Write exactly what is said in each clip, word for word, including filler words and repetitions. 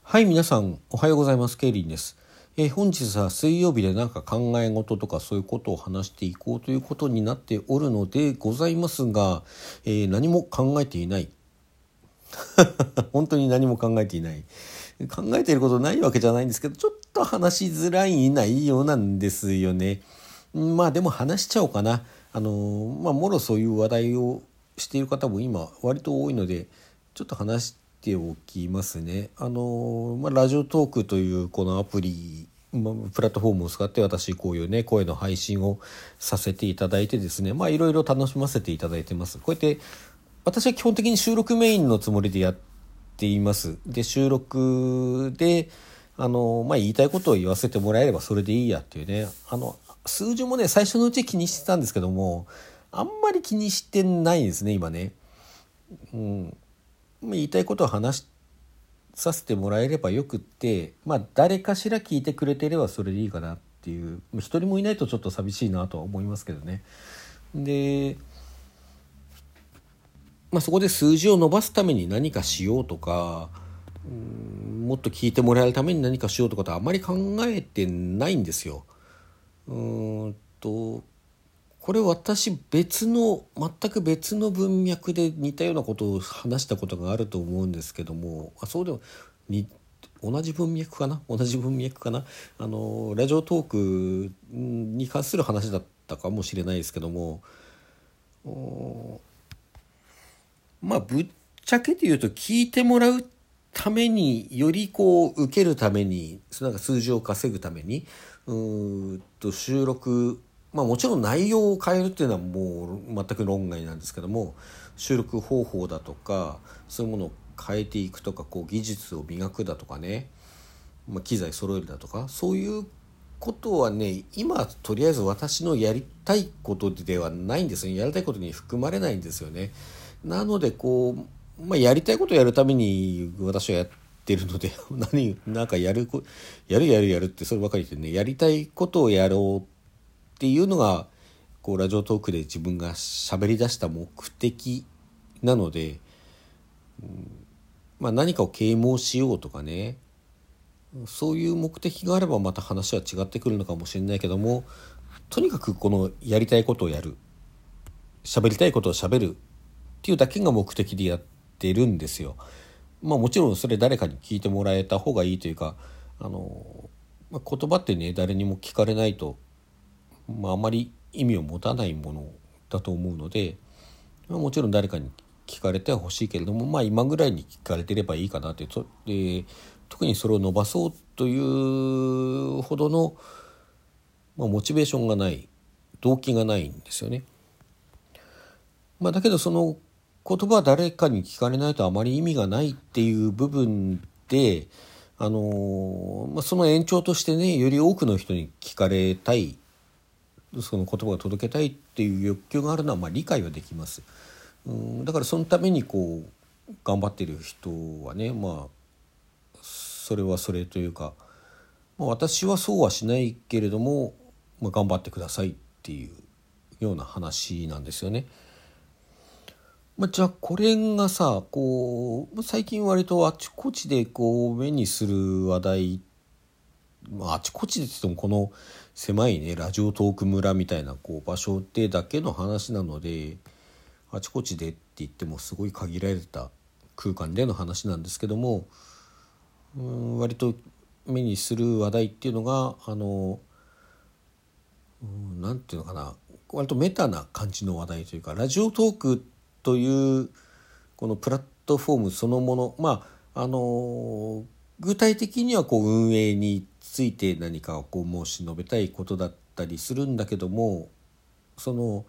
はい、皆さんおはようございます。ケイリンです。えー本日は水曜日でなんか考え事とかそういうことを話していこうということになっておるのでございますが、えー何も考えていない本当に何も考えていない考えていることないわけじゃないんですけど、ちょっと話しづらい内容なんですよね。まあでも話しちゃおうかな。あのまあもろそういう話題をしている方も今割と多いので、ちょっと話しておきますね。あのまあラジオトークというこのアプリ、まあ、プラットフォームを使って私こういうね声の配信をさせていただいてですね、まあいろいろ楽しませていただいてます。こうやって私は基本的に収録メインのつもりでやっています。で収録であの、まあ、言いたいことを言わせてもらえればそれでいいやっていうね、あの数字もね最初のうち気にしてたんですけども、あんまり気にしてないですね今ね。うん、まあ、言いたいことを話させてもらえればよくって、まあ誰かしら聞いてくれてればそれでいいかなっていう、一人もいないとちょっと寂しいなとは思いますけどね。でまあ、そこで数字を伸ばすために何かしようとか、うん、もっと聞いてもらえるために何かしようとかってあんまり考えてないんですよ。うーんとこれ私別の全く別の文脈で似たようなことを話したことがあると思うんですけども、あそうでもに同じ文脈かな同じ文脈かなあのラジオトークに関する話だったかもしれないですけども、まあぶっちゃけて言うと聞いてもらうためによりこう受けるためになんか数字を稼ぐためにうーんと収録、まあもちろん内容を変えるっていうのはもう全く論外なんですけども、収録方法だとかそういうものを変えていくとか、こう技術を磨くだとかね、まあ、機材揃えるだとかそういうことはね今とりあえず私のやりたいことではないんですよね。やりたいことに含まれないんですよね。なのでこう、まあ、やりたいことをやるために私はやってるので何なんかやるやるやるやるってそればかり言ってね、やりたいことをやろうっていうのがこうラジオトークで自分が喋り出した目的なので、まあ、何かを啓蒙しようとかね、そういう目的があればまた話は違ってくるのかもしれないけども、とにかくこのやりたいことをやる、喋りたいことを喋るっていうだけが目的でやってるんですよ。まあもちろんそれ誰かに聞いてもらえた方がいいというか、あの、まあ、言葉ってね誰にも聞かれないと、まあ、あまり意味を持たないものだと思うので、まあ、もちろん誰かに聞かれては欲しいけれども、まあ今ぐらいに聞かれてればいいかなという。とで特にそれを伸ばそうというほどの、まあ、モチベーションがない、動機がないんですよね。まあ、だけどその言葉は誰かに聞かれないとあまり意味がないっていう部分で、あのまあ、その延長としてね、より多くの人に聞かれたい、その言葉が届けたいっていう欲求があるのはまあ理解はできます。うんだからそのためにこう頑張ってる人はね、まあそれはそれというか、まあ、私はそうはしないけれども、まあ、頑張ってくださいっていうような話なんですよね。まあ、じゃあこれがさ、こう最近割とあちこちでこう目にする話題、まあ、あちこちでって言ってもこの狭いねラジオトーク村みたいなこう場所でだけの話なので、あちこちでって言ってもすごい限られた空間での話なんですけども、うん割と目にする話題っていうのがあの、うん、なんていうのかな、割とメタな感じの話題というか、ラジオトークというこのプラットフォームそのもの、まああの具体的にはこう運営について何かをこう申し述べたいことだったりするんだけども、その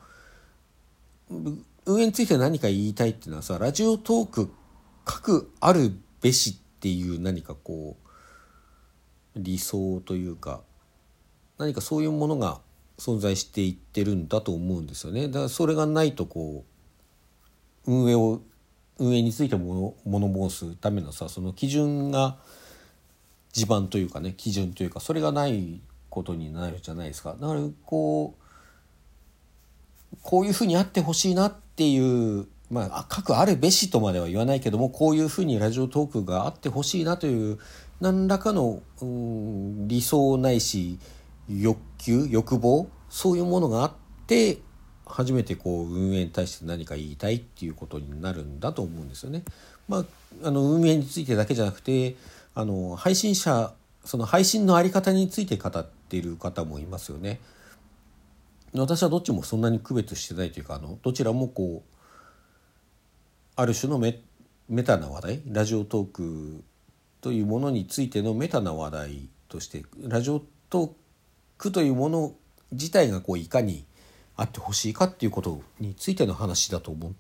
運営について何か言いたいっていうのはさ、ラジオトーク各あるべしっていう何かこう理想というか、何かそういうものが存在していってるんだと思うんですよね。だからそれがないとこう運営を運営についても物申すためのさ、その基準が地盤というかね、基準というか、それがないことになるじゃないですか。だからこうこういうふうにあってほしいなっていうまあ各あるべしとまでは言わないけども、こういうふうにラジオトークがあってほしいなという何らかのうん理想ないし欲求欲望、そういうものがあって初めてこう運営に対して何か言いたいっていうことになるんだと思うんですよね。まあ、あの運営についてだけじゃなくて、あの配信者その配信のあり方について語っている方もいますよね。私はどっちもそんなに区別してないというか、あのどちらもこうある種の メ, メタな話題、ラジオトークというものについてのメタな話題として、ラジオトークというもの自体がこういかにあってほしいかっていうことについての話だと思って、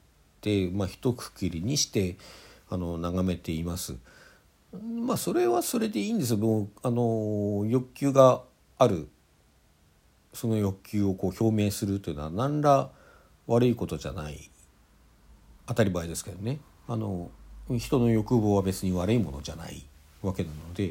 まあ、一括りにしてあの眺めています。まあそれはそれでいいんですよ。もうあの欲求がある、その欲求をこう表明するというのは何ら悪いことじゃない、当たり前ですけどね。あの人の欲望は別に悪いものじゃないわけなので、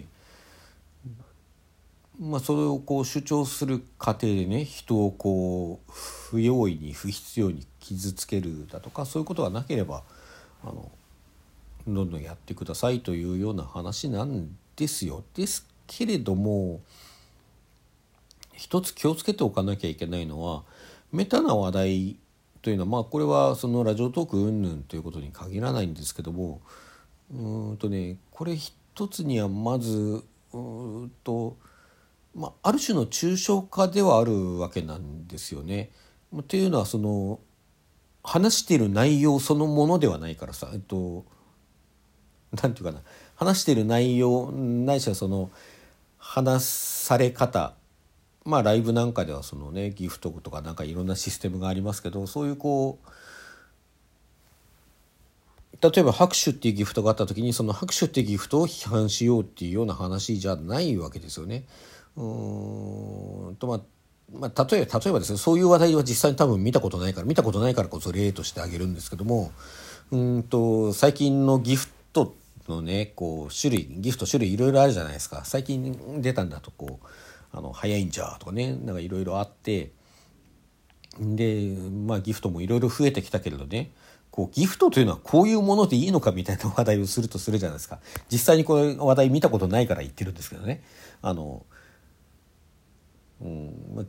まあ、それをこう主張する過程でね、人をこう不用意に不必要に傷つけるだとか、そういうことがなければあのどんどんやってくださいというような話なんですよ。ですけれども、一つ気をつけておかなきゃいけないのは、メタな話題というのは、まあこれはそのラジオトーク云々ということに限らないんですけども、うーんとねこれ一つにはまずうーんと、まあ、ある種の抽象化ではあるわけなんですよね。っていうのはその話している内容そのものではないからさ、えっとなんていうかな、話している内容ないしはその話され方、まあライブなんかではそのねギフトとかなんかいろんなシステムがありますけど、そういうこう例えば拍手っていうギフトがあった時に、その拍手っていうギフトを批判しようっていうような話じゃないわけですよね。うーんとまあまあ、例えば例えばですね、そういう話題は実際に多分見たことないから見たことないからこそ例としてあげるんですけども、うんと最近のギフトのねこう種類ギフト種類いろいろあるじゃないですか。最近出たんだとこうあの早いんじゃとかね、なんかいろいろあって、でまあギフトもいろいろ増えてきたけれどね、こうギフトというのはこういうものでいいのかみたいな話題をするとするじゃないですか。実際にこういう話題見たことないから言ってるんですけどね、あのうん、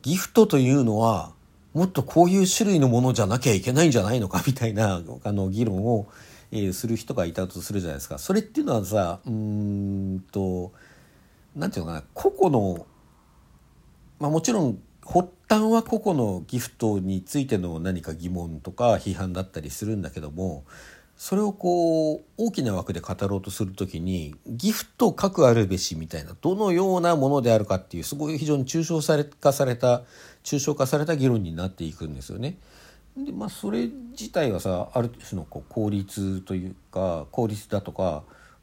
ギフトというのはもっとこういう種類のものじゃなきゃいけないんじゃないのかみたいなあの議論を、えー、する人がいたとするじゃないですか。それっていうのはさ、うーんとなんていうのかな、個々の、まあ、もちろん発端は個々のギフトについての何か疑問とか批判だったりするんだけども、それをこう大きな枠で語ろうとするときにギフト各あるべしみたいな、どのようなものであるかっていうすごい非常に抽象化された抽象化された議論になっていくんですよね。でまあそれ自体はさ、ある種のこう効率というか効率だとか、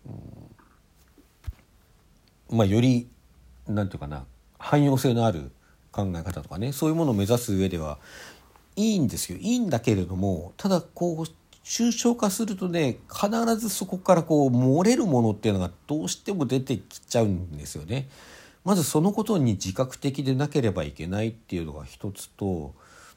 うん、まあよりなんていうかな、汎用性のある考え方とかね、そういうものを目指す上ではいいんですよ。いいんだけれども、ただこう抽象化するとね、必ずそこからこう漏れるものっていうのがどうしても出てきちゃうんですよね。まずそのことに自覚的でなければいけないっていうのが一つと、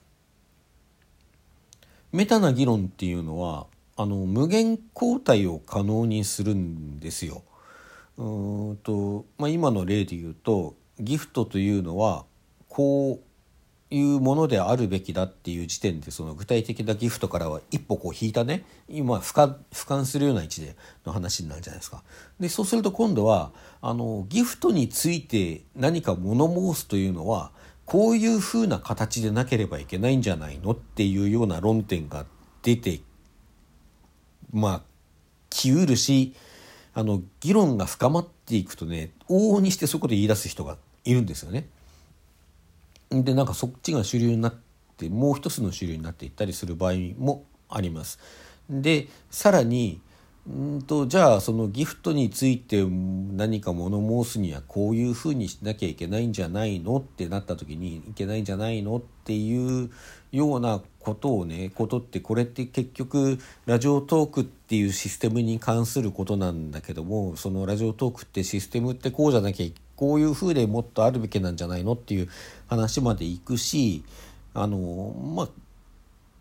メタな議論っていうのはあの無限交代を可能にするんですよ。うーんと、まあ、今の例で言うとギフトというのはこういうものであるべきだっていう時点で、その具体的なギフトからは一歩こう引いたね、今俯瞰俯瞰するような位置での話になるじゃないですか。でそうすると今度はあのギフトについて何か物申すというのはこういう風な形でなければいけないんじゃないのっていうような論点が出てまあきうるし、あの議論が深まっていくとね、往々にしてそういうことを言い出す人がいるんですよね。でなんかそっちが主流になってもう一つの主流になっていったりする場合もあります。でさらにんとじゃあそのギフトについて何か物申すにはこういうふうにしなきゃいけないんじゃないのってなった時に、いけないんじゃないのっていうようなことをねことって、これって結局ラジオトークっていうシステムに関することなんだけども、そのラジオトークってシステムってこうじゃなきゃいけない、こういう風でもっとあるべきなんじゃないのっていう話までいくし、あのまあ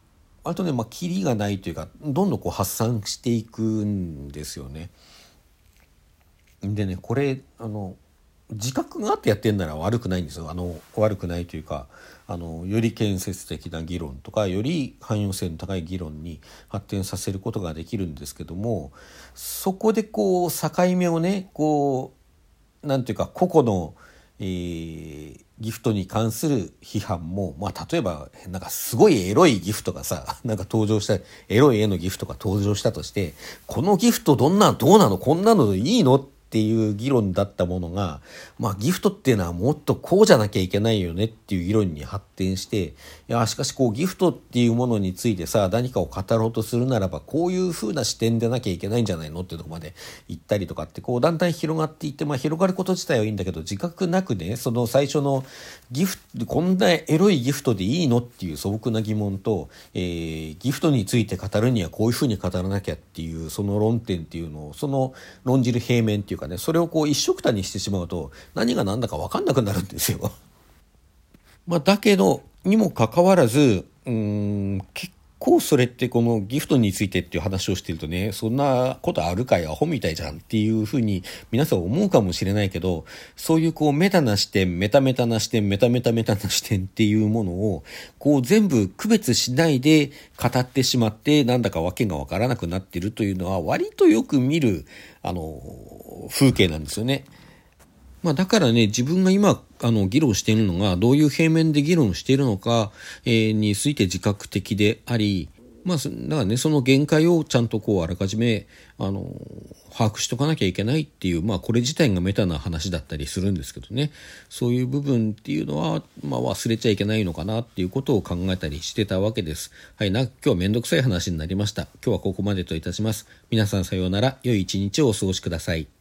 あとね、まあ、キリがないというか、どんどんこう発散していくんですよね。でね、これ、あの、自覚があってやってんなら悪くないんですよ。あの、悪くないというか、あの、より建設的な議論とか、より汎用性の高い議論に発展させることができるんですけども、そこでこう、境目をね、こう、なんていうか、個々の、えーギフトに関する批判も、まあ、例えば、なんかすごいエロいギフトがさ、なんか登場した、エロい絵のギフトが登場したとして、このギフトどんな、どうなのこんなのいいのっていう議論だったものが、まあ、ギフトっていうのはもっとこうじゃなきゃいけないよねっていう議論に発展して、いや、しかしこうギフトっていうものについてさ、何かを語ろうとするならば、こういう風な視点でなきゃいけないんじゃないのっていうところまで行ったりとかって、こう、だんだん広がっていって、まあ、広がること自体はいいんだけど、自覚なくね、その最初のギフト、こんなエロいギフトでいいのっていう素朴な疑問と、えー、ギフトについて語るにはこういう風に語らなきゃっていう、その論点っていうのを、その論じる平面っていうかね、それをこう一緒くたにしてしまうと、何が何だか分かんなくなるんですよ。まあ、だけど、にもかかわらず、うーん、結構それってこのギフトについてっていう話をしてるとね、そんなことあるかい、アホみたいじゃんっていうふうに皆さん思うかもしれないけど、そういうこうメタな視点、メタメタな視点、メタメタメタな視点っていうものを、こう全部区別しないで語ってしまって、なんだかわけがわからなくなってるというのは割とよく見る、あの、風景なんですよね。まあだからね、自分が今、あの、議論しているのが、どういう平面で議論しているのか、えー、について自覚的であり、まあ、だからね、その限界をちゃんとこう、あらかじめ、あの、把握しとかなきゃいけないっていう、まあ、これ自体がメタな話だったりするんですけどね、そういう部分っていうのは、まあ、忘れちゃいけないのかなっていうことを考えたりしてたわけです。はい、な、今日はめんどくさい話になりました。今日はここまでといたします。皆さんさようなら、良い一日をお過ごしください。